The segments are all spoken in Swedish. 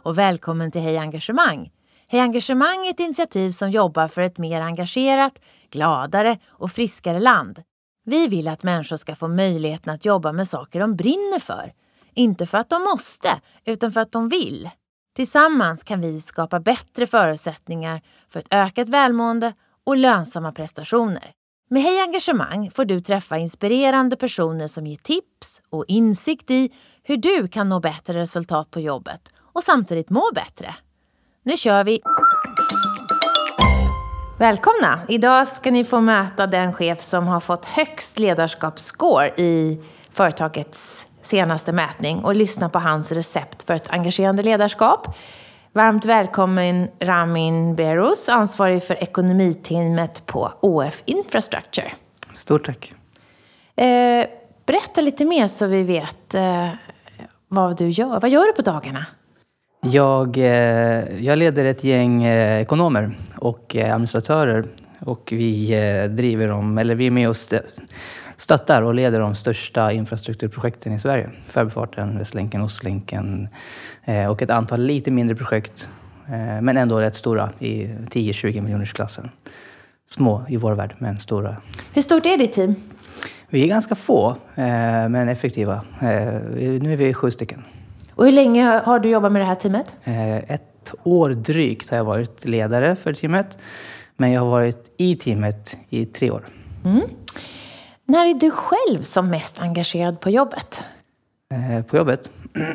och välkommen till Hej Engagemang. Hej Engagemang är ett initiativ som jobbar för ett mer engagerat, gladare och friskare land. Vi vill att människor ska få möjligheten att jobba med saker de brinner för. Inte för att de måste, utan för att de vill. Tillsammans kan vi skapa bättre förutsättningar för ett ökat välmående och lönsamma prestationer. Med Hej Engagemang får du träffa inspirerande personer som ger tips och insikt i hur du kan nå bättre resultat på jobbet och samtidigt må bättre. Nu kör vi! Välkomna! Idag ska ni få möta den chef som har fått högst ledarskapsscore i företagets senaste mätning och lyssna på hans recept för ett engagerande ledarskap. Varmt välkommen Ramin Behrous, ansvarig för ekonomiteamet på ÅF Infrastructure. Stort tack. Berätta lite mer så vi vet vad du gör. Vad gör du på dagarna? Jag leder ett gäng ekonomer och administratörer och vi driver dem, eller vi är med och stöttar och leder de största infrastrukturprojekten i Sverige. Förbifarten, Västlänken, Ostlänken och ett antal lite mindre projekt, men ändå rätt stora i 10-20 miljoners klassen. Små i vår värld, men stora. Hur stort är ditt team? Vi är ganska få, men effektiva. Nu är vi 7 stycken. Och hur länge har du jobbat med det här teamet? 1 år drygt har jag varit ledare för teamet, men jag har varit i teamet i 3 år. Mm. När är du själv som mest engagerad på jobbet? På jobbet?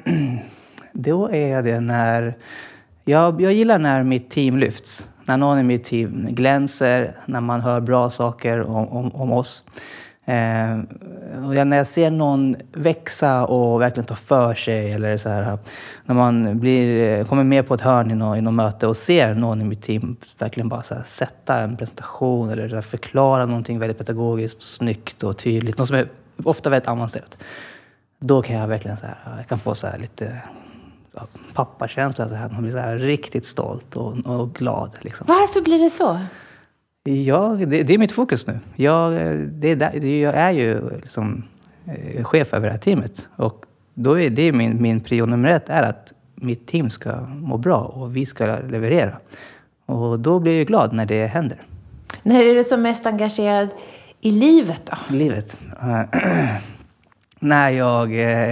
Då är det när... Jag gillar när mitt team lyfts. När någon i mitt team glänser. När man hör bra saker om oss. Och när jag ser någon växa och verkligen ta för sig. Eller så här, när man kommer med på ett hörn i någon möte och ser någon i mitt team verkligen bara så här, sätta en presentation eller förklara någonting väldigt pedagogiskt, snyggt och tydligt. Något som är ofta väldigt avancerat. Då kan jag verkligen så här, jag kan få så här lite pappakänsla. Så här, man blir så här riktigt stolt och glad. Liksom. Varför blir det så? Ja, det är mitt fokus nu. Jag är ju liksom chef över det här teamet. Och då är det min prio nummer 1 är att mitt team ska må bra och vi ska leverera. Och då blir jag glad när det händer. När är du som mest engagerad i livet då? Livet? När jag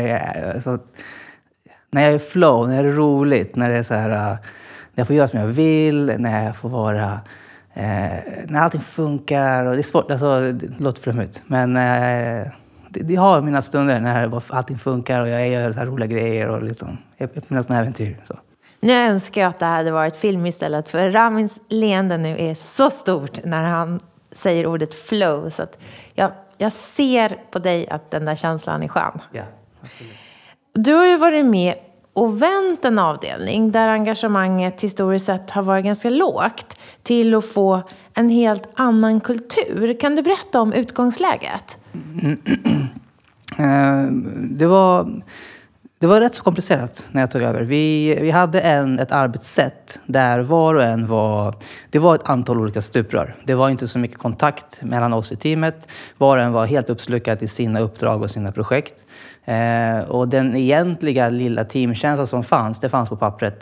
är flow, när det är roligt, när det är så här, när jag får göra som jag vill, när jag får vara... när allting funkar och det är svårt, alltså det låter flummigt, men det har mina stunder när allting funkar och jag gör så här roliga grejer och liksom, jag mina små äventyr. Så. Nu önskar jag att det hade varit film istället, för Ramins leende nu är så stort när han säger ordet flow, så att jag ser på dig att den där känslan är skön. Ja, absolut. Du har ju varit med och vänt en avdelning där engagemanget historiskt sett har varit ganska lågt till att få en helt annan kultur. Kan du berätta om utgångsläget? Det var rätt så komplicerat när jag tog över. Vi hade ett arbetssätt där var och en det var ett antal olika stuprör. Det var inte så mycket kontakt mellan oss i teamet. Var och en var helt uppslukad i sina uppdrag och sina projekt. Och den egentliga lilla teamkänslan som fanns, det fanns på pappret.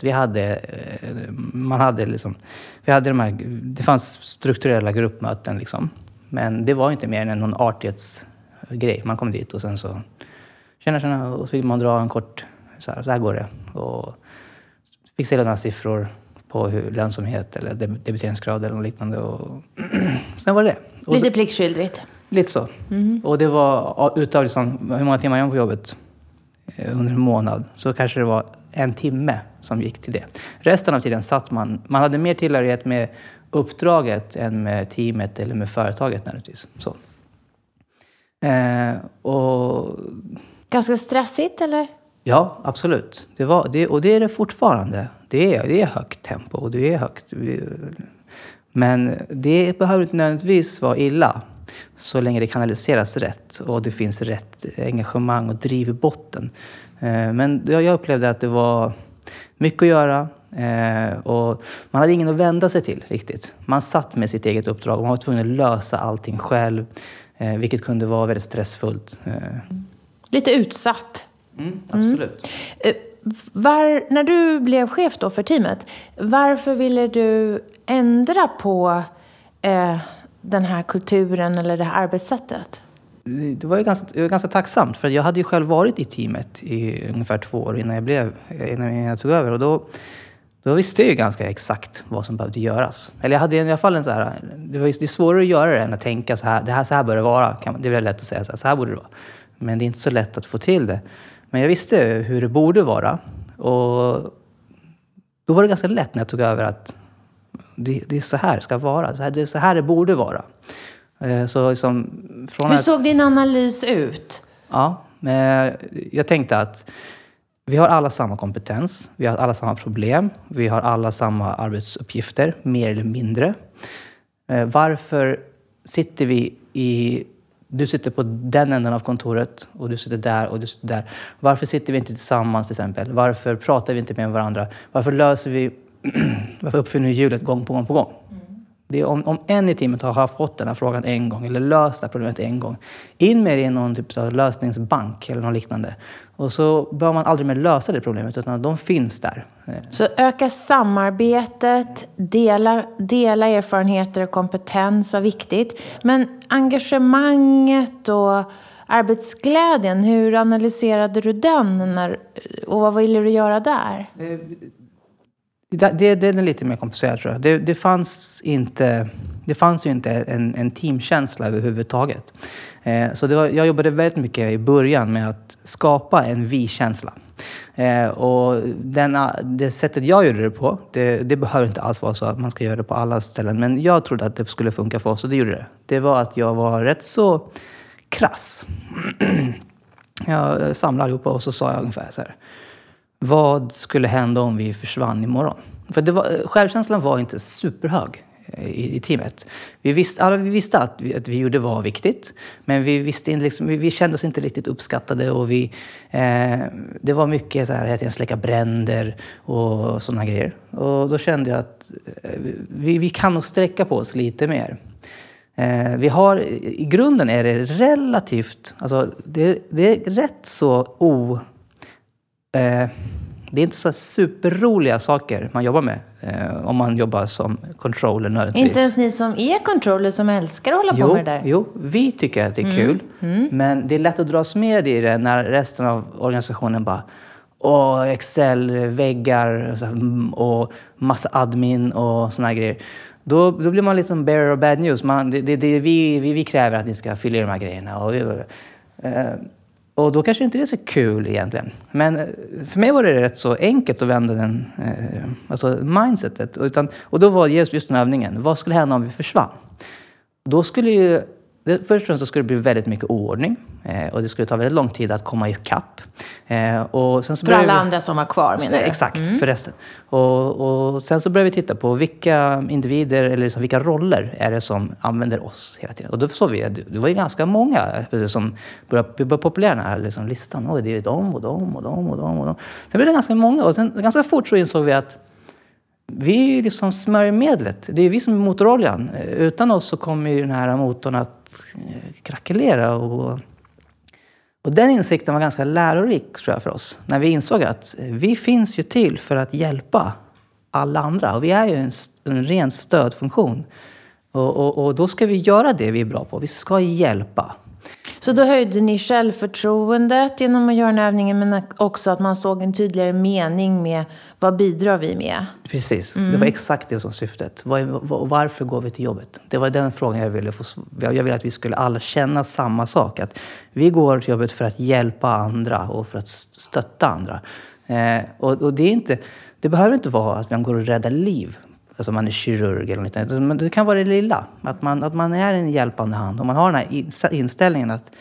Det fanns strukturella gruppmöten liksom. Men det var inte mer än någon artighetsgrej. Man kom dit och sen så känna och så fick man dra en kort, så här går det. Och fick se några siffror på hur lönsamhet eller debiteringsgrad eller något liknande. Och sen var det. Och lite pliktskyldigt. Lite så. Mm. Och det var utav liksom, hur många timmar jag var på jobbet under en månad. Så kanske det var 1 timme som gick till det. Resten av tiden satt man hade mer tillhörighet med uppdraget än med teamet eller med företaget naturligtvis. Så. Och... Ganska stressigt, eller? Ja, absolut. Och det är det fortfarande. Det är högt tempo och det är högt. Men det behöver inte nödvändigtvis vara illa så länge det kanaliseras rätt och det finns rätt engagemang och driv i botten. Men jag upplevde att det var mycket att göra och man hade ingen att vända sig till riktigt. Man satt med sitt eget uppdrag och man var tvungen att lösa allting själv, vilket kunde vara väldigt stressfullt. Lite utsatt. Absolut. när du blev chef då för teamet, varför ville du ändra på den här kulturen eller det här arbetssättet? Det var ju ganska tacksamt, för jag hade ju själv varit i teamet i ungefär 2 år innan jag tog över. Och då visste jag ju ganska exakt vad som behövde göras. Eller jag hade i alla fall en så här, det är svårare att göra det än att tänka så här bör det vara. Det är väl lätt att säga så här borde det vara. Men det är inte så lätt att få till det. Men jag visste hur det borde vara. Och då var det ganska lätt när jag tog över att det är så här det ska vara. Det är så här det borde vara. Så liksom, hur såg din analys ut? Ja, jag tänkte att vi har alla samma kompetens. Vi har alla samma problem. Vi har alla samma arbetsuppgifter, mer eller mindre. Varför sitter vi du sitter på den änden av kontoret och du sitter där och du sitter där. Varför sitter vi inte tillsammans till exempel? Varför pratar vi inte med varandra? Varför uppfinner vi hjulet gång på gång på gång? Det är om en i teamet har fått den här frågan en gång eller löst det här problemet en gång. In med det i någon typ av lösningsbank eller något liknande. Och så bör man aldrig mer lösa det problemet, utan de finns där. Så öka samarbetet, dela erfarenheter och kompetens var viktigt. Men engagemanget och arbetsglädjen, hur analyserade du den och vad ville du göra där? Det är lite mer komplicerat, tror jag. Det fanns ju inte en teamkänsla överhuvudtaget. Så jag jobbade väldigt mycket i början med att skapa en vi-känsla. Och det sättet jag gjorde det på, det behöver inte alls vara så att man ska göra det på alla ställen. Men jag trodde att det skulle funka för oss, och det gjorde det. Det var att jag var rätt så krass. Jag samlade allihopa och så sa jag ungefär så här: vad skulle hända om vi försvann imorgon? För självkänslan var inte superhög i teamet. Vi visste att vi gjorde var viktigt. Men vi kände oss inte riktigt uppskattade. Och det var mycket så här att släcka bränder och sådana grejer. Och då kände jag att vi kan nog sträcka på oss lite mer. I grunden är det relativt... Alltså det är rätt så det är inte så superroliga saker man jobbar med om man jobbar som controller nödvändigtvis. Inte ens ni som är controller som älskar att hålla på med det där? Jo, vi tycker att det är kul. Men det är lätt att dras med i det när resten av organisationen bara Excel, väggar och massa admin och såna här grejer. Då blir man liksom bearer of bad news. Vi kräver att ni ska fylla i de här grejerna. Och då kanske inte det är så kul egentligen. Men för mig var det rätt så enkelt att vända mindsetet. Och då var just den övningen: vad skulle hända om vi försvann? Då skulle först och främst så skulle det bli väldigt mycket oordning. Och det skulle ta väldigt lång tid att komma ikapp. Och sen så för alla andra som var kvar, menar du? Exakt, för resten. Och sen så började vi titta på vilka individer eller vilka roller är det som använder oss hela tiden. Och då såg vi att det var ju ganska många som började populära den här listan. Det är de och de och de och de och de. Sen blev det ganska många, och sen ganska fort så insåg vi att vi är liksom smörjmedlet. Det är vi som är motoroljan. Utan oss så kommer ju den här motorn att krackelera. Och den insikten var ganska lärorik, tror jag, för oss. När vi insåg att vi finns ju till för att hjälpa alla andra. Och vi är ju en ren stödfunktion. Och då ska vi göra det vi är bra på. Vi ska hjälpa. Så då höjde ni självförtroendet genom att göra den övningen, men också att man såg en tydligare mening med vad bidrar vi med? Precis, det var exakt det som syftet. Varför går vi till jobbet? Det var den frågan jag ville få. Jag ville att vi skulle alla känna samma sak. Att vi går till jobbet för att hjälpa andra och för att stötta andra. Och det behöver inte vara att man går och räddar liv. Alltså man är kirurg eller något. Men det kan vara det lilla. Att man är en hjälpande hand. Om man har den här inställningen att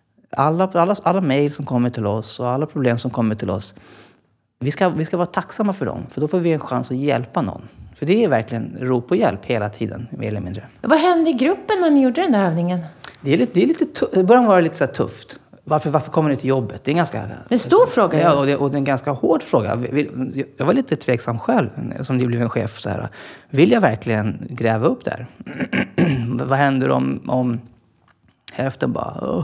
alla mejl som kommer till oss och alla problem som kommer till oss, vi ska vara tacksamma för dem. För då får vi en chans att hjälpa någon. För det är verkligen rop på hjälp hela tiden, mer eller mindre. Vad hände i gruppen när ni gjorde den där övningen? Det är lite början var det lite så här tufft. Varför kommer ni till jobbet? Det är en stor fråga. Ja, och det är en ganska hård fråga. Jag var lite tveksam själv som det blev en chef. Så här. Vill jag verkligen gräva upp där? Vad händer om Hälften bara,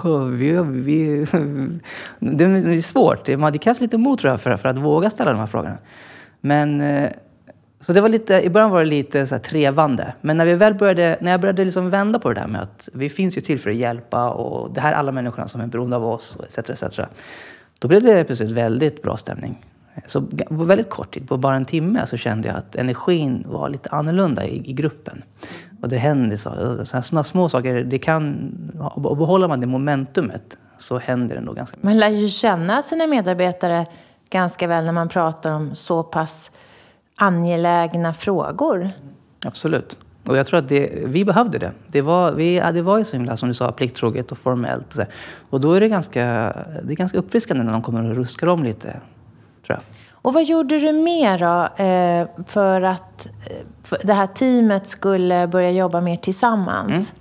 det är svårt. Det krävs lite mod tror jag för att våga ställa de här frågorna. Men så det var lite, i början var det lite så här trevande. Men när jag började liksom vända på det där med att vi finns ju till för att hjälpa och det här är alla människorna som är beroende av oss och etc. Då blev det plötsligt väldigt bra stämning. Så på väldigt kort tid, på bara en timme, så kände jag att energin var lite annorlunda i gruppen. Och det hände sådana små saker. Det kan, och behåller man det momentumet så händer det nog ganska mycket. Man lär ju känna sina medarbetare ganska väl när man pratar om så pass angelägna frågor. Absolut. Och jag tror att vi behövde det. Det var ju så himla, som du sa, plikttroget och formellt. Och då är det är ganska uppfriskande när de kommer och ruskar om lite, tror jag. Och vad gjorde du mer då för att det här teamet skulle börja jobba mer tillsammans?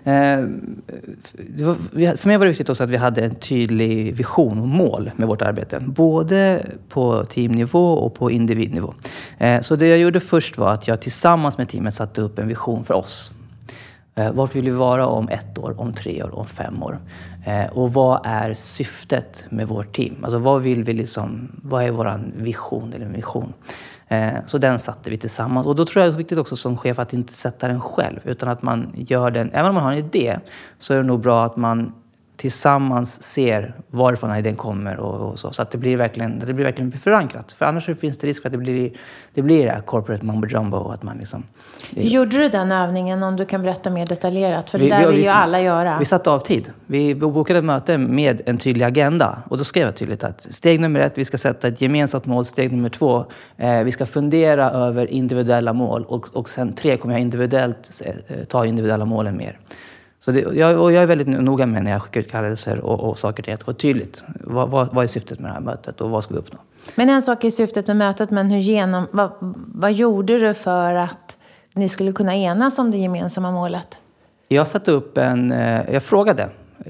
För mig var det viktigt också att vi hade en tydlig vision och mål med vårt arbete. Både på teamnivå och på individnivå. Så det jag gjorde först var att jag tillsammans med teamet satte upp en vision för oss. Vart vill vi vara om 1 år, om 3 år, om 5 år? Och vad är syftet med vårt team? Alltså vad är våran vision eller mission? Så den satte vi tillsammans. Och då tror jag det är viktigt också som chef att inte sätta den själv. Utan att man gör den, även om man har en idé, så är det nog bra att man tillsammans ser varifrån idén kommer och så att det blir verkligen förankrat. För annars finns det risk för att det blir det här corporate mumbo jumbo och att man liksom. Gjorde du den övningen, om du kan berätta mer detaljerat, för det där vill ju alla göra. Vi satte av tid. Vi bokade ett möte med en tydlig agenda och då skrev jag tydligt att steg nummer 1, vi ska sätta ett gemensamt mål. Steg nummer 2, vi ska fundera över individuella mål och sen 3 kommer jag individuellt ta individuella målen mer. Så jag är väldigt noga med när jag skickar ut kallelser och saker till att vara tydligt. Vad är syftet med det här mötet och vad ska vi uppnå? Men en sak är syftet med mötet, men vad gjorde du för att ni skulle kunna enas om det gemensamma målet? Jag satte upp jag frågade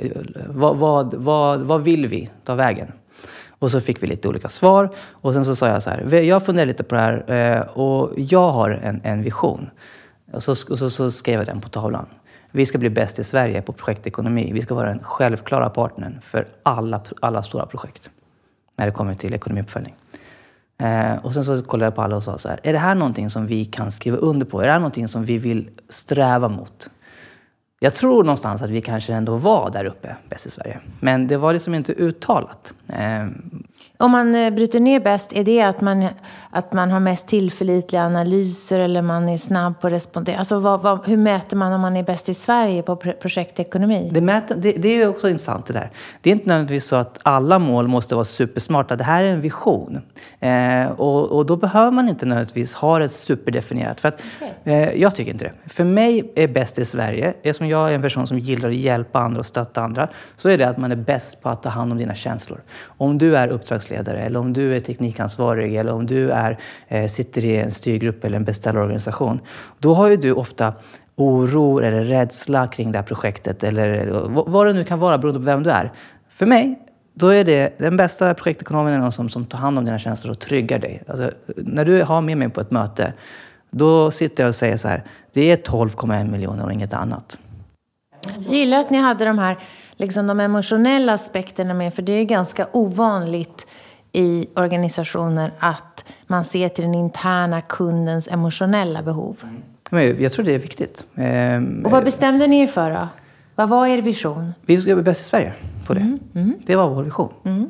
vad vill vi ta vägen? Och så fick vi lite olika svar. Och sen så sa jag så här, jag funderar lite på det här och jag har en vision. Och så skrev jag den på tavlan. Vi ska bli bäst i Sverige på projektekonomi. Vi ska vara den självklara partnern för alla stora projekt. När det kommer till ekonomiuppföljning. Och sen så kollade jag på alla och sa så här. Är det här någonting som vi kan skriva under på? Är det här någonting som vi vill sträva mot? Jag tror någonstans att vi kanske ändå var där uppe, bäst i Sverige. Men det var liksom inte uttalat. Om man bryter ner bäst, är det att man har mest tillförlitliga analyser eller man är snabb på att respondera? Alltså hur mäter man om man är bäst i Sverige på projektekonomi? Det är ju också intressant det där. Det är inte nödvändigtvis så att alla mål måste vara supersmarta. Det här är en vision. Och då behöver man inte nödvändigtvis ha det superdefinierat. För att, jag tycker inte det. För mig är bäst i Sverige, eftersom jag är en person som gillar att hjälpa andra och stötta andra, så är det att man är bäst på att ta hand om dina känslor. Om du är uppdragsledare eller om du är teknikansvarig eller om du sitter i en styrgrupp eller en beställarorganisation, då har ju du ofta oro eller rädsla kring det här projektet eller vad det nu kan vara beroende på vem du är. För mig, då är det den bästa projektekonomen är någon som tar hand om dina känslor och tryggar dig. Alltså, när du har med mig på ett möte, då sitter jag och säger så här, det är 12,1 miljoner och inget annat. Jag gillar att ni hade de här de emotionella aspekterna med, för det är ganska ovanligt i organisationer att man ser till den interna kundens emotionella behov. Jag tror det är viktigt. Och vad bestämde ni er för då? Vad var er vision? Vi ska bli bäst i Sverige på det. Det var vår vision.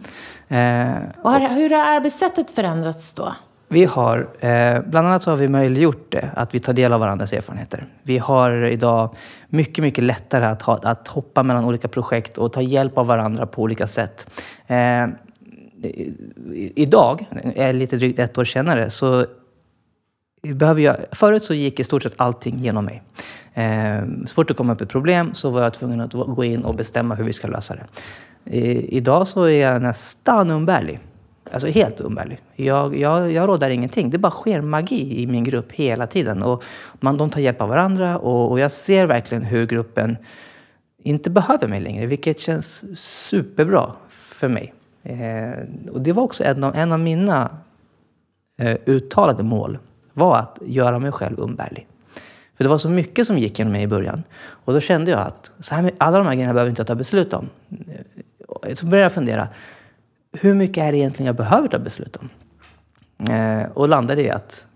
Och hur har arbetssättet förändrats då? Vi har, bland annat så har vi möjliggjort det, att vi tar del av varandras erfarenheter. Vi har idag mycket, mycket lättare att hoppa mellan olika projekt och ta hjälp av varandra på olika sätt. Idag, lite drygt 1 år senare, så förut så gick i stort sett allting genom mig. Så fort det kom upp ett problem så var jag tvungen att gå in och bestämma hur vi ska lösa det. Idag så är jag nästan umbärlig. Alltså helt umbärlig. Jag rådar ingenting. Det bara sker magi i min grupp hela tiden. Och de tar hjälp av varandra. Och jag ser verkligen hur gruppen inte behöver mig längre. Vilket känns superbra för mig. Och det var också en av mina uttalade mål. Var att göra mig själv umbärlig. För det var så mycket som gick genom mig i början. Och då kände jag att alla de här grejerna behöver inte jag ta beslut om. Så började jag fundera, hur mycket är det egentligen jag behöver ta beslut om? Och landade i att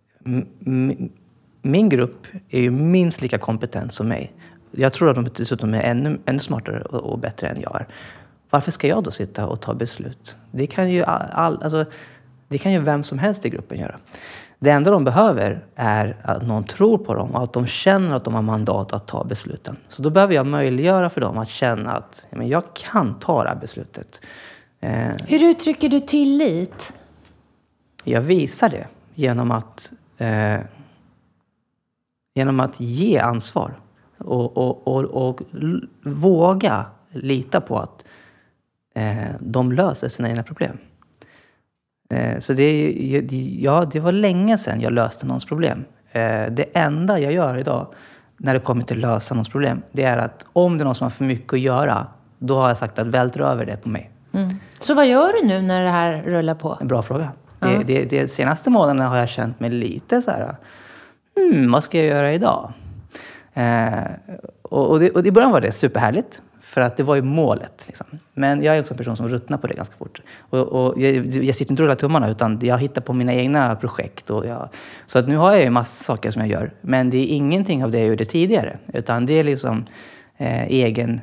min grupp är ju minst lika kompetent som mig. Jag tror att de dessutom är ännu smartare och bättre än jag är. Varför ska jag då sitta och ta beslut? Det kan ju det kan ju vem som helst i gruppen göra. Det enda de behöver är att någon tror på dem och att de känner att de har mandat att ta besluten. Så då behöver jag möjliggöra för dem att känna att jag kan ta det här beslutet. Hur uttrycker du tillit? Jag visar det genom att ge ansvar och våga lita på att de löser sina egna problem. Så det var länge sedan jag löste någons problem. Det enda jag gör idag när det kommer till att lösa någons problem, det är att om det är någon som har för mycket att göra, då har jag sagt att vältra över det på mig. Så vad gör du nu när det här rullar på? En bra fråga. De senaste månaderna har jag känt mig lite så här, vad ska jag göra idag? Och i början var det superhärligt. För att det var ju målet. Liksom. Men jag är också en person som ruttnar på det ganska fort. Och jag sitter inte och rullar tummarna, utan jag hittar på mina egna projekt. Så att nu har jag ju massa saker som jag gör. Men det är ingenting av det jag gjorde tidigare. Utan det är liksom egen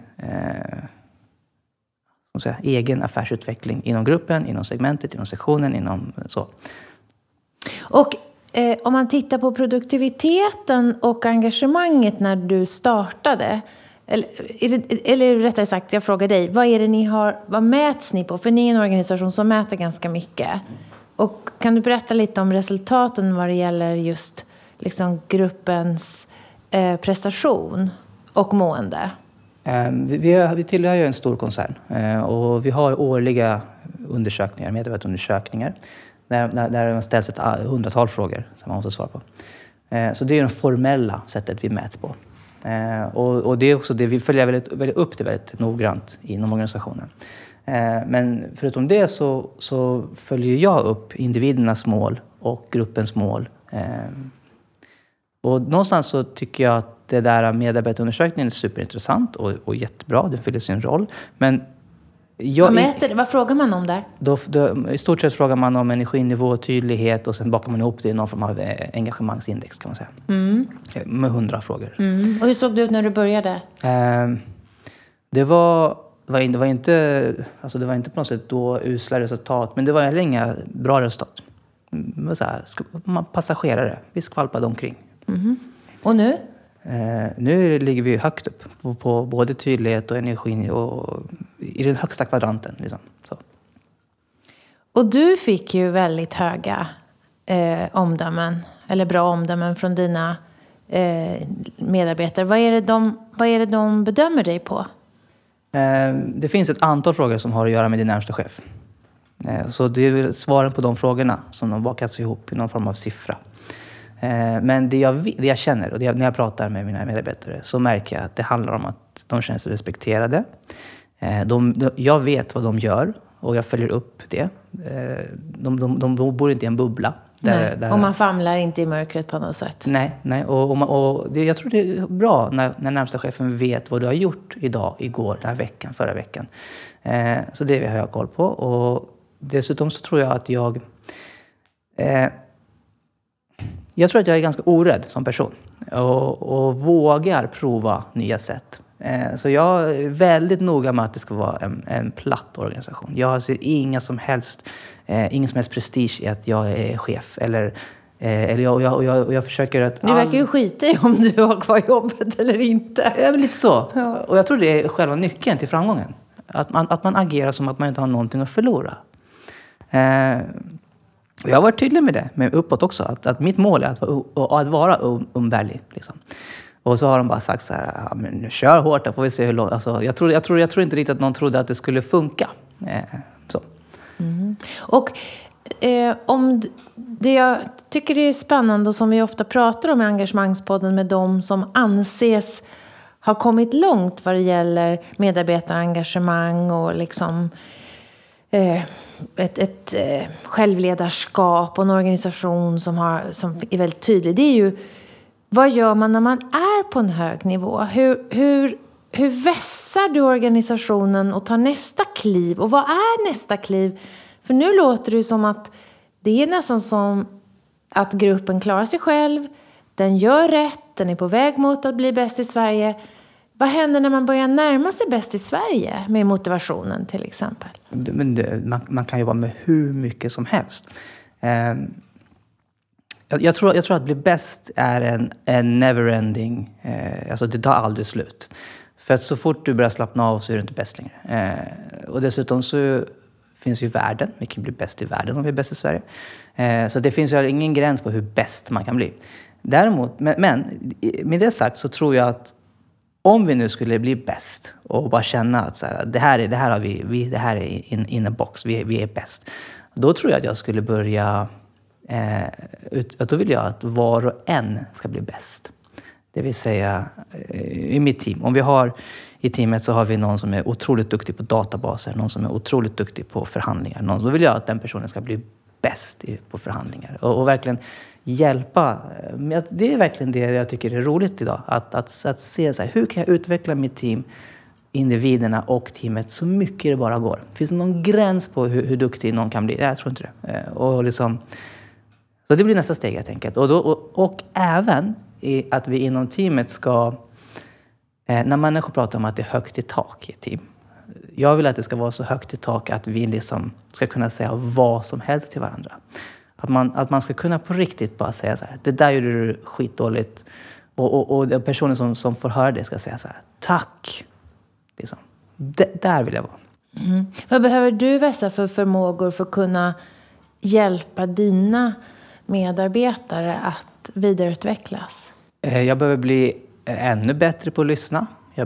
affärsutveckling inom gruppen, inom segmentet, inom sektionen, inom så. Och om man tittar på produktiviteten och engagemanget när du startade, eller rättare sagt, jag frågar dig, vad mäts ni på? För ni är en organisation som mäter ganska mycket. Och kan du berätta lite om resultaten vad det gäller just liksom gruppens prestation och mående? Vi tillhör ju en stor koncern och vi har årliga undersökningar, medarbetarundersökningar, där man ställs ett 100-tal frågor som man måste svara på. Så det är det formella sättet vi mäts på. Och det är också det vi följer väldigt upp det väldigt noggrant inom organisationen. Men förutom det så följer jag upp individernas mål och gruppens mål. Och någonstans så tycker jag att det där medarbetarundersökningen är superintressant och jättebra. Det fyller sin roll. Men vad frågar man om där? I stort sett frågar man om energinivå, tydlighet och sen bakar man ihop det i någon form av engagemangsindex kan man säga. Med 100 frågor. Och hur såg det ut när du började? Det var inte på något sätt då usla resultat, men det var inga bra resultat. Passagerare, vi skvalpade omkring. Och nu? Nu ligger vi högt upp på både tydlighet och energi och i den högsta kvadranten. Liksom. Så. Och du fick ju väldigt höga omdömen, eller bra omdömen från dina medarbetare. Vad är det de bedömer dig på? Det finns ett antal frågor som har att göra med din närmaste chef. Så det är svaren på de frågorna som de bakas ihop i någon form av siffra. Men det jag känner, och när jag pratar med mina medarbetare, så märker jag att det handlar om att de känner sig respekterade. Jag vet vad de gör och jag följer upp det. De bor inte i en bubbla. Och man famlar inte i mörkret på något sätt. Nej. Jag tror det är bra när närmsta chefen vet vad du har gjort idag, igår, den här veckan, förra veckan. Så det har jag koll på. Och dessutom så tror jag att jag tror att jag är ganska orädd som person. Och vågar prova nya sätt. Så jag är väldigt noga med att det ska vara en platt organisation. Jag ser ingen som helst prestige i att jag är chef. Eller jag försöker att... Du verkar ju skita i om du har kvar jobbet eller inte. Det är väl lite så. Ja. Och jag tror det är själva nyckeln till framgången. Att man agerar som att man inte har någonting att förlora. Och jag har varit tydlig med det, med uppåt också. Att mitt mål är att vara umbärlig. Liksom. Och så har de bara sagt så här, ja, men kör hårt, då får vi se hur långt. Alltså, jag tror inte riktigt att någon trodde att det skulle funka. Så. Och om det jag tycker det är spännande och som vi ofta pratar om i Engagemangspodden med de som anses ha kommit långt vad det gäller medarbetarengagemang och liksom ett självledarskap och en organisation som är väldigt tydlig. Det är ju vad gör man när man är på en hög nivå? Hur vässar du organisationen och tar nästa kliv? Och vad är nästa kliv? För nu låter det som att det är nästan som att gruppen klarar sig själv. Den gör rätt. Den är på väg mot att bli bäst i Sverige. Vad händer när man börjar närma sig bäst i Sverige med motivationen till exempel? Man kan jobba med hur mycket som helst. Jag tror att bli bäst är en never-ending. Alltså det tar aldrig slut. För att så fort du börjar slappna av så är du inte bäst längre. Och dessutom så finns ju världen. Vi kan bli bäst i världen om vi är bäst i Sverige. Så det finns ju ingen gräns på hur bäst man kan bli. Däremot, men med det sagt så tror jag att om vi nu skulle bli bäst och bara känna att så här, det här är in a box, vi är bäst. Då tror jag att jag skulle börja, då vill jag att var och en ska bli bäst. Det vill säga i mitt team. Om vi har i teamet så har vi någon som är otroligt duktig på databaser, någon som är otroligt duktig på förhandlingar. Då vill jag att den personen ska bli bäst på förhandlingar och verkligen hjälpa. Det är verkligen det jag tycker är roligt idag. Att se så här, hur kan jag utveckla mitt team, individerna och teamet så mycket det bara går. Finns det någon gräns på hur duktig någon kan bli? Jag tror inte det. Och liksom, så det blir nästa steg helt enkelt. Och även att vi inom teamet ska, när människor pratar om att det är högt i tak i ett team. Jag vill att det ska vara så högt i tak att vi liksom ska kunna säga vad som helst till varandra. Att man ska kunna på riktigt bara säga så här, det där gjorde du skitdåligt. Och den personen som får höra det ska säga så här, tack. Liksom. Där vill jag vara. Mm. Vad behöver du vässa för förmågor för att kunna hjälpa dina medarbetare att vidareutvecklas? Jag behöver bli ännu bättre på att lyssna. Jag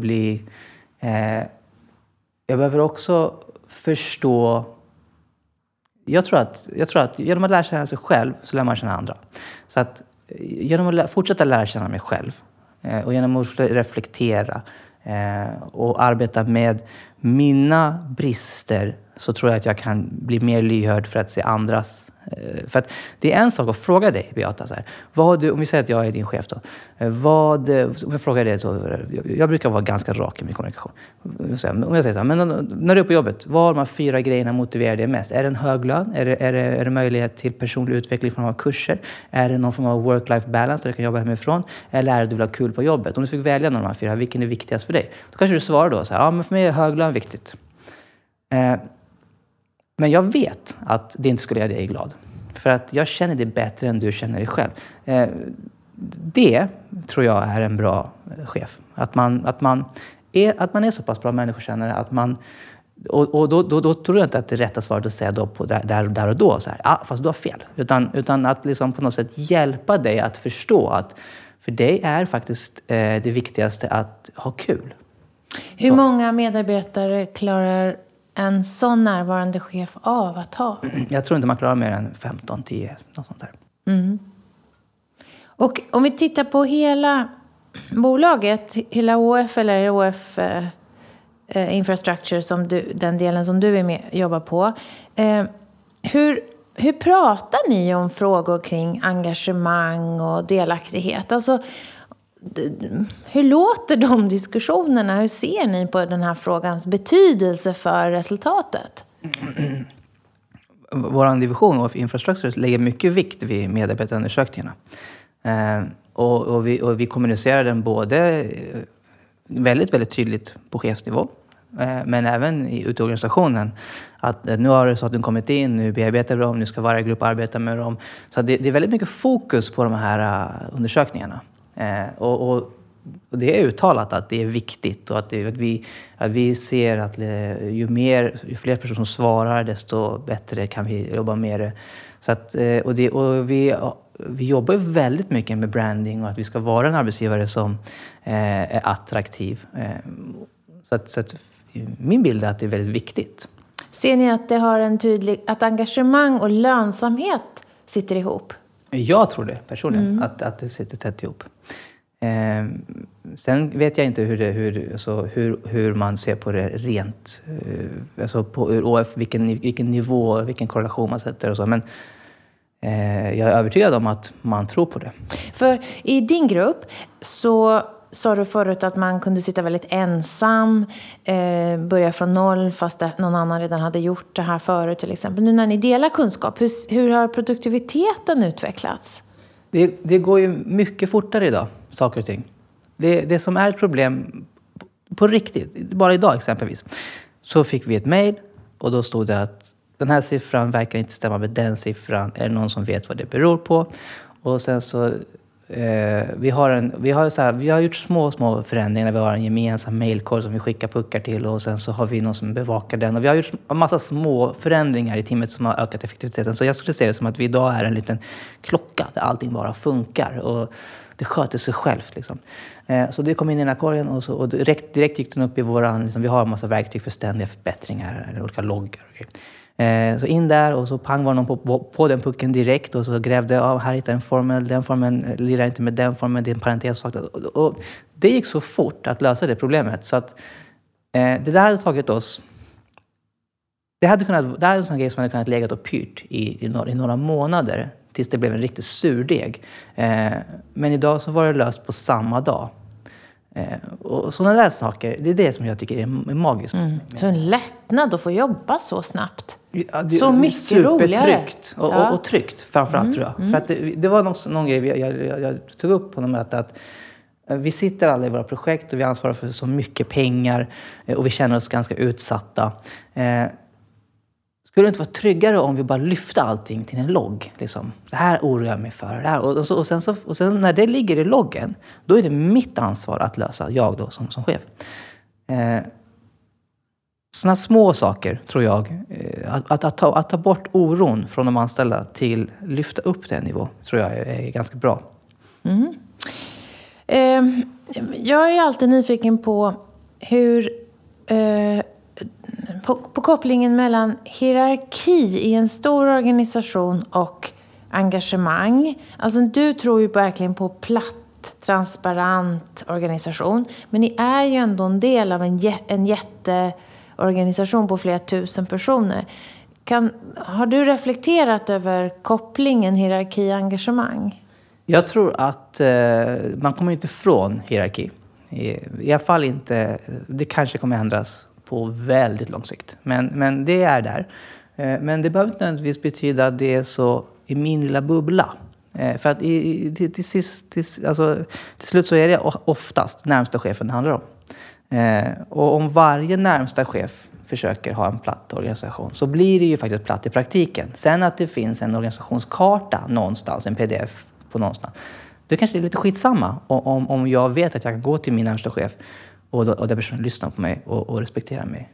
behöver också förstå. Jag tror att genom att lära känna sig själv så lär man känna andra. Så att genom att fortsätta lära känna mig själv och genom att reflektera och arbeta med mina brister så tror jag att jag kan bli mer lyhörd för att se andras. För att det är en sak att fråga dig, Beata, så här, om vi säger att jag är din chef då. Om jag frågar dig så, jag brukar vara ganska rak i min kommunikation. Om jag säger så här, men när du är på jobbet, vad har de här 4 grejerna motiverar dig mest? Är det en hög lön? Är det möjlighet till personlig utveckling i form av kurser? Är det någon form av work-life balance där du kan jobba hemifrån? Eller är det du vill ha kul på jobbet? Om du fick välja någon av de här 4, vilken är viktigast för dig? Då kanske du svarar då så här, ja men för mig är hög lön viktigt. Men jag vet att det inte skulle göra dig glad. För att jag känner det bättre än du känner dig själv. Det tror jag är en bra chef. Att man är så pass bra människokännare att man. Och då tror jag inte att det är rätta svaret att säga då på där och då. Så här, fast du har fel. Utan att liksom på något sätt hjälpa dig att förstå att för dig är faktiskt det viktigaste att ha kul. Hur många medarbetare klarar en sån närvarande chef av att ha? Jag tror inte man klarar mer än 15-10, något sånt där. Mm. Och om vi tittar på hela bolaget, hela ÅF eller ÅF Infrastructure, den delen som du är med jobbar på. Hur pratar ni om frågor kring engagemang och delaktighet? Alltså, hur låter de diskussionerna? Hur ser ni på den här frågans betydelse för resultatet? Vår division av Infrastructure lägger mycket vikt vid medarbetarundersökningarna. Och vi kommunicerar den både väldigt, väldigt tydligt på chefsnivå. Men även ute i organisationen. Att nu har resultaten kommit in, nu bearbetar vi dem, nu ska varje grupp arbeta med dem. Så det är väldigt mycket fokus på de här undersökningarna. Och det är uttalat att det är viktigt och att vi ser att ju fler personer som svarar desto bättre kan vi jobba med det. Så att, vi jobbar väldigt mycket med branding och att vi ska vara en arbetsgivare som är attraktiv. Så att min bild är att det är väldigt viktigt. Ser ni att det har att engagemang och lönsamhet sitter ihop? Jag tror det personligen, att det sitter tätt ihop. Sen vet jag inte hur man ser på det rent. Alltså på ÅF, vilken nivå, vilken korrelation man sätter och så. Men jag är övertygad om att man tror på det. För i din grupp så sa du förut att man kunde sitta väldigt ensam, börja från noll fast någon annan redan hade gjort det här förut till exempel. Nu när ni delar kunskap, hur har produktiviteten utvecklats? Det går ju mycket fortare idag, saker och ting. Det som är ett problem på riktigt, bara idag exempelvis, så fick vi ett mejl och då stod det att den här siffran verkar inte stämma med den siffran. Är det någon som vet vad det beror på? Och sen så vi har gjort små förändringar. Vi har en gemensam mejlkod som vi skickar puckar till och sen så har vi någon som bevakar den. Och vi har gjort en massa små förändringar i teamet som har ökat effektiviteten. Så jag skulle se det som att vi idag är en liten klocka där allting bara funkar och det sköter sig självt liksom. Så det kom in i den här korgen och direkt gick den upp i våran, liksom, vi har en massa verktyg för ständiga förbättringar, olika loggar och grejer. Så in där och så pang var någon på den pucken direkt och så grävde, här hittar en formel, den formeln lirar inte med den formeln, det är en parentes. Och det gick så fort att lösa det problemet så att det där hade tagit oss, det är en sån grej som hade kunnat lägga och pyrt i några månader tills det blev en riktigt surdeg. Men idag så var det löst på samma dag. Och sådana där saker, det är det som jag tycker är magiskt. Så en lättnad att få jobba så snabbt. Ja, så mycket roligare. Supertryggt och tryggt framförallt tror jag. För att det var någon grej jag tog upp på något möte att vi sitter alla i våra projekt och vi ansvarar för så mycket pengar och vi känner oss ganska utsatta. Skulle det inte vara tryggare om vi bara lyfte allting till en logg? Liksom. Det här oroar jag mig för. Det här. Och sen när det ligger i loggen, då är det mitt ansvar att lösa, jag då som chef. Såna små saker tror jag, att ta bort oron från de anställda till lyfta upp den nivå, tror jag är ganska bra. Jag är alltid nyfiken på hur... På kopplingen mellan hierarki i en stor organisation och engagemang. Alltså du tror ju verkligen på platt, transparent organisation. Men ni är ju ändå en del av en jätteorganisation på flera tusen personer. Har du reflekterat över kopplingen hierarki-engagemang? Jag tror att man kommer inte ifrån hierarki. I alla fall inte, det kanske kommer ändras på väldigt lång sikt. Men det är där. Men det behöver inte nödvändigtvis betyda att det är så i min lilla bubbla. För att till slut så är det oftast närmsta chefen det handlar om. Och om varje närmsta chef försöker ha en platt organisation så blir det ju faktiskt platt i praktiken. Sen att det finns en organisationskarta någonstans, en pdf på någonstans. Det kanske är lite skitsamma om jag vet att jag kan gå till min närmsta chef och den personen lyssnar på mig och respekterar mig.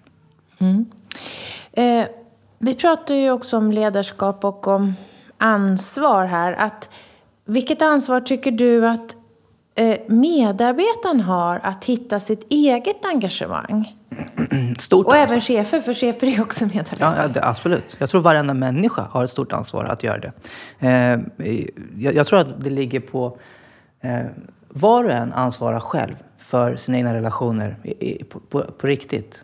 Vi pratar ju också om ledarskap och om ansvar här. Vilket ansvar tycker du att medarbetaren har att hitta sitt eget engagemang? Stort och ansvar. Även chefer, för chefer är också medarbetare. Ja, absolut. Jag tror varenda människa har ett stort ansvar att göra det. Jag tror att det ligger på var och en ansvarar själv för sina egna relationer på riktigt.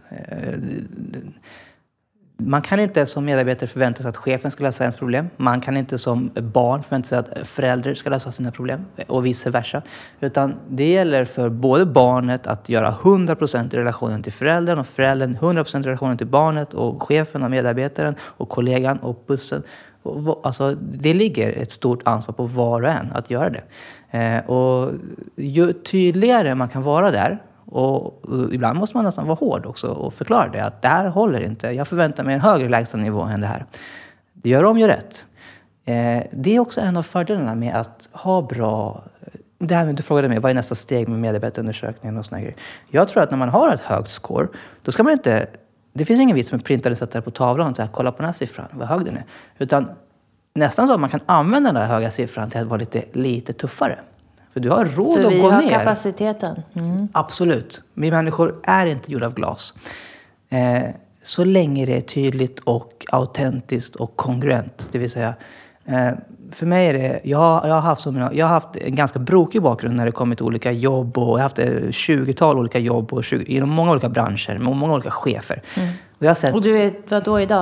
Man kan inte som medarbetare förvänta sig att chefen ska lösa ens problem. Man kan inte som barn förvänta sig att föräldrar ska lösa sina problem och vice versa. Utan det gäller för både barnet att göra 100% i relationen till föräldern och föräldern 100% i relationen till barnet och chefen och medarbetaren och kollegan och bussen. Alltså, det ligger ett stort ansvar på var och en att göra det. Och ju tydligare man kan vara där, och ibland måste man nästan vara hård också och förklara det, att det här håller inte. Jag förväntar mig en högre lägstanivå än det här. Det gör om ju rätt. Det är också en av fördelarna med att ha bra... Det här med du frågade mig, vad är nästa steg med medarbetarundersökningen och såna grejer. Jag tror att när man har ett högt score, då ska man inte... Det finns ingen vits med printade sättare på tavlan och säga, kolla på den här siffran, vad hög den är. Utan nästan så att man kan använda den där höga siffran till att vara lite tuffare. För du har råd att gå ner. För vi har kapaciteten. Absolut. Vi människor är inte gjorda av glas. Så länge det är tydligt och autentiskt och kongruent. Det vill säga, för mig är det... Jag har haft en ganska brokig bakgrund när det kommer till olika jobb. Och jag har haft 20-tal olika jobb inom många olika branscher med många olika chefer. Och du är vad då idag?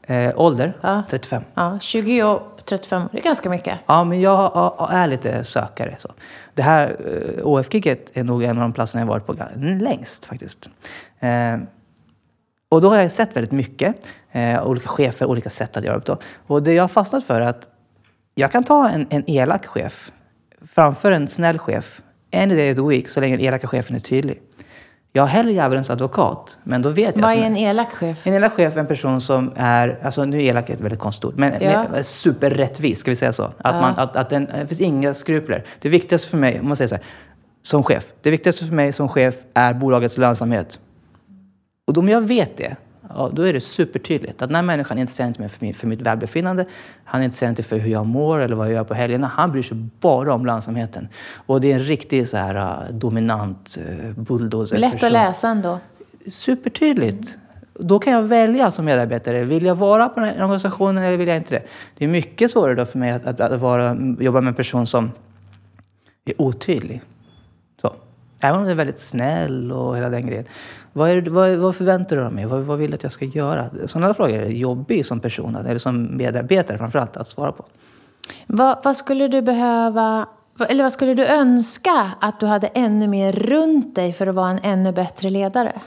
Ålder? Ja. 35. Ja, 20 och 35. Det är ganska mycket. Ja, men jag är lite sökare. Så. Det här OF-giget är nog en av de platserna jag varit på längst faktiskt. Och då har jag sett väldigt mycket. Olika chefer, olika sätt att göra upp då. Och det jag har fastnat för är att jag kan ta en elak chef framför en snäll chef any day of the week så länge den elaka chefen är tydlig. Jag har hellre djävulens advokat, men då vet jag... Vad är en elak chef? En elak chef är en person som är... Alltså nu är elak ett väldigt konstigt ord, men superrättvis, ska vi säga så. Att det finns inga skrupler. Det viktigaste för mig, om man säger så här, som chef. Det viktigaste för mig som chef är bolagets lönsamhet. Och om jag vet det, ja, då är det supertydligt att den här människan intresserar inte mig för mitt välbefinnande. Han intresserar inte för hur jag mår eller vad jag gör på helgerna. Han bryr sig bara om lönsamheten. Och det är en riktig så här dominant bulldozer. Lätt att läsa ändå. Supertydligt. Då kan jag välja som medarbetare. Vill jag vara på den här organisationen eller vill jag inte det? Det är mycket svårare då för mig att jobba med en person som är otydlig. Så. Även om det är väldigt snäll och hela den grejen. Vad förväntar du av mig? Vad vill du att jag ska göra? Sådana frågor är jobbig som person, eller som medarbetare framförallt, att svara på. Vad skulle du behöva, eller vad skulle du önska att du hade ännu mer runt dig för att vara en ännu bättre ledare?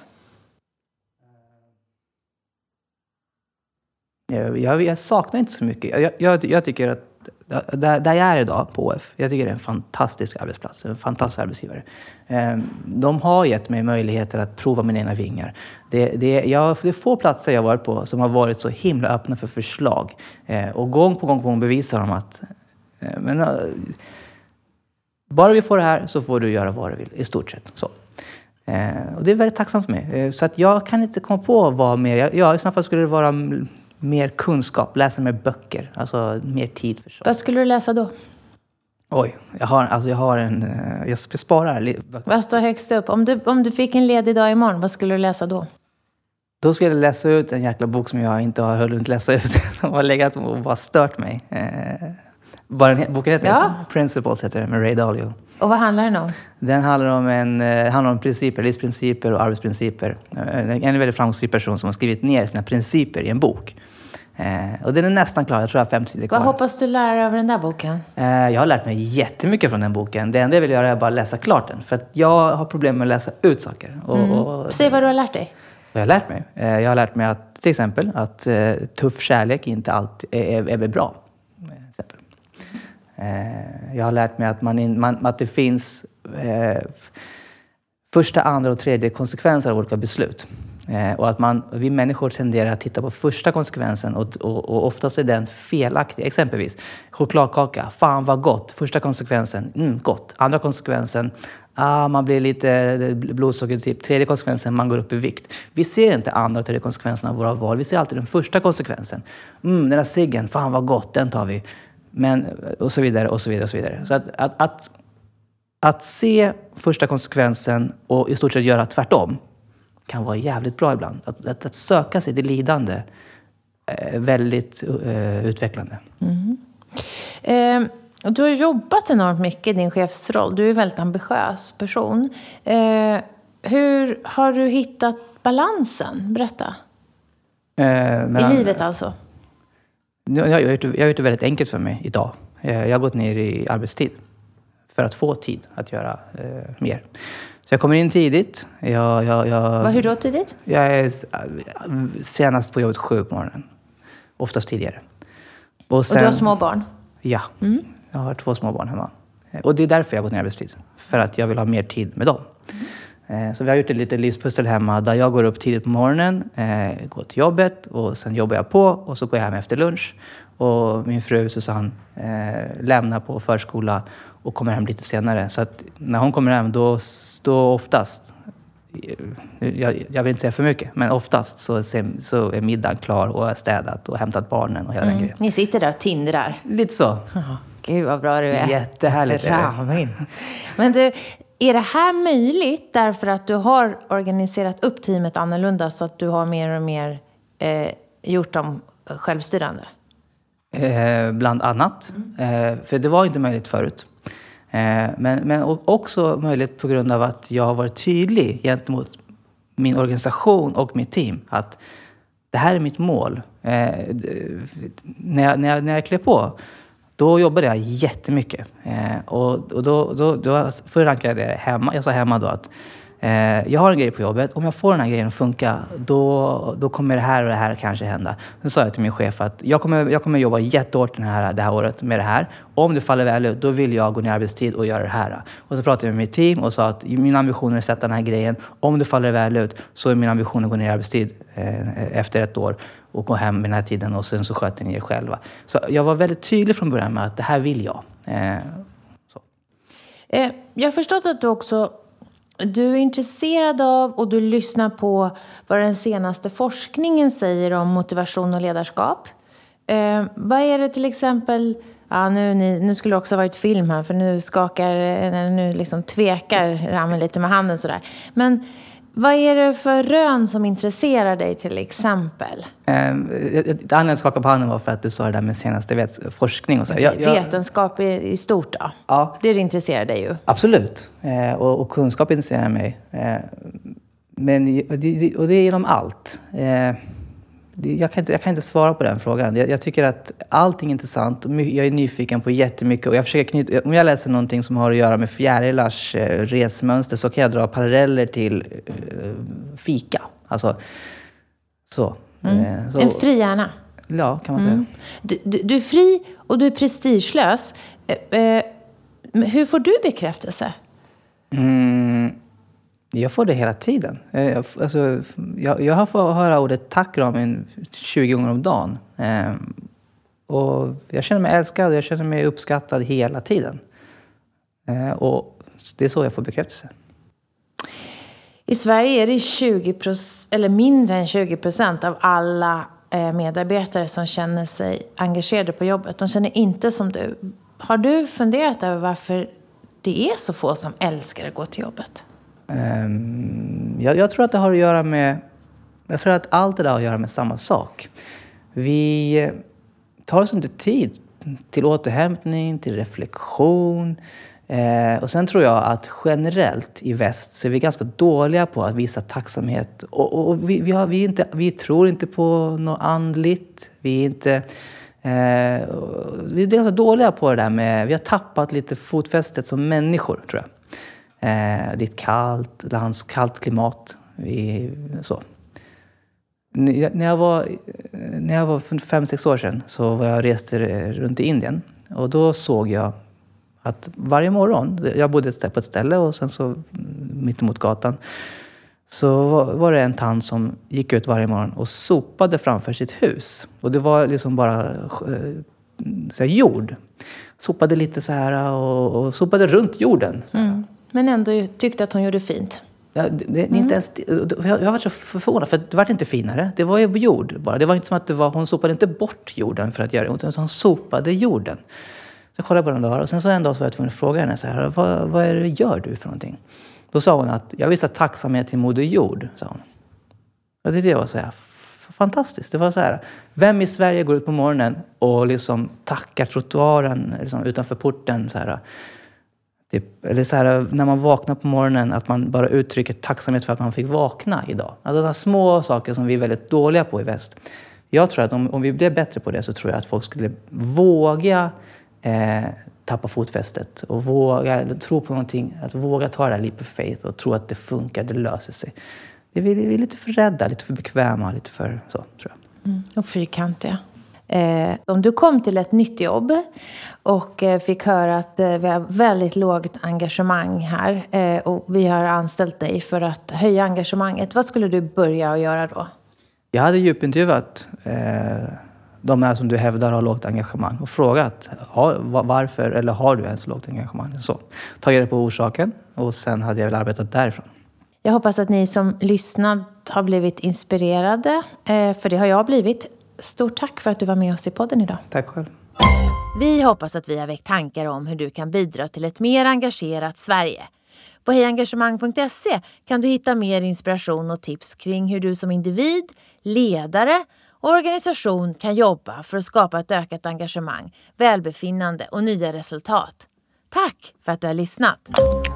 Jag saknar inte så mycket. Jag tycker att där jag är idag på OF, jag tycker det är en fantastisk arbetsplats, en fantastisk arbetsgivare. De har gett mig möjligheter att prova mina egna vingar. Det är få platser jag har varit på som har varit så himla öppna för förslag. Och gång på gång bevisar de att bara vi får det här så får du göra vad du vill, i stort sett. Så. Och det är väldigt tacksamt för mig. Så att jag kan inte komma på vad mer. I sådana fall skulle det vara mer kunskap, läsa mer böcker, alltså mer tid för så. Vad skulle du läsa då? Oj, jag sparar. Vad står högst upp? Om du fick en ledig dag imorgon, vad skulle du läsa då? Då skulle jag läsa ut en jäkla bok som jag inte har hunnit läsa ut. Som har legat och bara stört mig. Boken heter Principles, heter det, med Ray Dalio. Och vad handlar den om? Den handlar om principer, livsprinciper och arbetsprinciper. En väldigt framgångsrik person som har skrivit ner sina principer i en bok. Och den är nästan klar, jag tror jag har 50 sidor kvar. Vad hoppas du lära dig av den där boken? Jag har lärt mig jättemycket från den boken. Det enda jag vill göra är bara läsa klart den. För att jag har problem med att läsa ut saker. Säg vad du har lärt dig. Vad jag har lärt mig? Jag har lärt mig att till exempel att tuff kärlek inte alltid är bra. Exempel. Jag har lärt mig att det finns första, andra och tredje konsekvenser av olika beslut. Och att vi människor tenderar att titta på första konsekvensen och oftast är den felaktig. Exempelvis chokladkaka, fan vad gott. Första konsekvensen, gott. Andra konsekvensen, man blir lite blodsocker typ. Tredje konsekvensen, man går upp i vikt. Vi ser inte andra och tredje konsekvenserna av våra val. Vi ser alltid den första konsekvensen. Den här ciggen, fan vad gott, den tar vi. Men, och så vidare, och så vidare, och så vidare. Så att se första konsekvensen och i stort sett göra tvärtom kan vara jävligt bra ibland. Att söka sig till lidande är väldigt utvecklande. Du har jobbat enormt mycket i din chefsroll. Du är en väldigt ambitiös person. Hur har du hittat balansen? Berätta. I livet alltså. Jag har gjort det väldigt enkelt för mig idag. Jag har gått ner i arbetstid för att få tid att göra mer. Så jag kommer in tidigt. Hur då tidigt? Jag är senast på jobbet 7 på morgonen. Oftast tidigare. Och du har små barn? Ja, jag har 2 små barn hemma. Och det är därför jag har gått ner i arbetstid. För att jag vill ha mer tid med dem. Så vi har gjort ett litet livspussel hemma där jag går upp tidigt på morgonen, går till jobbet och sen jobbar jag på och så går jag hem efter lunch. Och min fru Susanne lämnar på förskola och kommer hem lite senare. Så att när hon kommer hem då oftast, jag vill inte säga för mycket, men oftast så är middagen klar och är städat och hämtat barnen och hela den grejen. Ni sitter där och tindrar. Lite så. Gud vad bra du är. Jättehärligt. Men du, är det här möjligt därför att du har organiserat upp teamet annorlunda så att du har mer och mer gjort dem självstyrande? Bland annat. För det var inte möjligt förut. Men också möjligt på grund av att jag har varit tydlig gentemot min organisation och mitt team. Att det här är mitt mål. När jag klev på, då jobbade jag jättemycket. Och då förankrade jag hemma. Jag sa hemma då att jag har en grej på jobbet. Om jag får den här grejen att funka, då kommer det här och det här kanske hända. Då sa jag till min chef att jag kommer jobba jättehårt det här året med det här. Om det faller väl ut, då vill jag gå ner i arbetstid och göra det här. Och så pratade jag med mitt team och sa att min ambition är att sätta den här grejen. Om det faller väl ut, så är min ambition att gå ner i arbetstid efter 1 år och gå hem med den här tiden, och sen så sköter ni er själva. Så jag var väldigt tydlig från början med att det här vill jag. Jag har förstått att du är intresserad av och du lyssnar på vad den senaste forskningen säger om motivation och ledarskap. Vad är det till exempel... Ja, nu skulle det också ha varit film här, för nu liksom tvekar Ramen lite med handen sådär. Men vad är det för rön som intresserar dig till exempel? Ett anledning att skaka på handen var för att du sa det där med senaste forskning och så. Vetenskap i stort då? Ja. Det intresserar dig ju. Absolut. Och kunskap intresserar mig. Och det är genom allt. Jag kan inte svara på den frågan. Jag tycker att allting är intressant. Jag är nyfiken på jättemycket. Och jag försöker om jag läser någonting som har att göra med fjärilars resmönster, så kan jag dra paralleller till fika. Alltså, så. En fri hjärna. Ja, kan man säga. Du är fri och du är prestigelös. Hur får du bekräftelse? Jag får det hela tiden. Jag har fått höra ordet tack Ramen 20 gånger om dagen. Och jag känner mig älskad och jag känner mig uppskattad hela tiden. Och det är så jag får bekräftelse. I Sverige är det 20% eller mindre än 20% av alla medarbetare som känner sig engagerade på jobbet. De känner inte som du. Har du funderat över varför det är så få som älskar att gå till jobbet? Jag tror att det har att göra med... Jag tror att allt det där har att göra med samma sak. Vi tar oss inte tid till återhämtning, till reflektion. Och sen tror jag att generellt i väst så är vi ganska dåliga på att visa tacksamhet. Och vi tror inte på något andligt. Vi är ganska dåliga på det där med... Vi har tappat lite fotfästet som människor, tror jag. Det är ett kallt klimat. Så. När jag var för 5-6 år sedan så var jag reste runt i Indien. Och då såg jag att varje morgon, jag bodde på ett ställe och sen så mittemot gatan, så var det en tant som gick ut varje morgon och sopade framför sitt hus. Och det var liksom bara så här, jord. Sopade lite så här och sopade runt jorden. Så här. Men ändå tyckte att hon gjorde fint. Ja, inte ens, jag var så förvånad, för det var inte finare. Det var ju jord bara. Det var inte som att hon sopade inte bort jorden för att göra det, utan hon sopade jorden. Så jag kollade på den där och sen så en dag så var jag tvungen att fråga henne så här, vad är det gör du för någonting? Då sa hon att jag visar tacksamhet till Moder Jord, sa hon. Och det var så här fantastiskt. Det var så här, vem i Sverige går ut på morgonen och liksom tackar trottoaren liksom, utanför porten så här. Eller så här, när man vaknar på morgonen, att man bara uttrycker tacksamhet för att man fick vakna idag. Alltså sådana små saker som vi är väldigt dåliga på i väst. Jag tror att om vi blev bättre på det, så tror jag att folk skulle våga tappa fotfästet och våga tro på någonting, att våga ta det här leap of faith och tro att det funkar, det löser sig. Vi är lite för rädda, lite för bekväma, lite för så, tror jag. Och fyrkantiga. Om du kom till ett nytt jobb och fick höra att vi har väldigt lågt engagemang här och vi har anställt dig för att höja engagemanget, vad skulle du börja att göra då? Jag hade djupintervjuat de här som du hävdar har lågt engagemang och frågat varför, eller har du ens lågt engagemang? Så, tagit det på orsaken och sen hade jag väl arbetat därifrån. Jag hoppas att ni som lyssnat har blivit inspirerade, för det har jag blivit. Stort tack för att du var med oss i podden idag. Tack själv. Vi hoppas att vi har väckt tankar om hur du kan bidra till ett mer engagerat Sverige. På hejengagemang.se kan du hitta mer inspiration och tips kring hur du som individ, ledare och organisation kan jobba för att skapa ett ökat engagemang, välbefinnande och nya resultat. Tack för att du har lyssnat!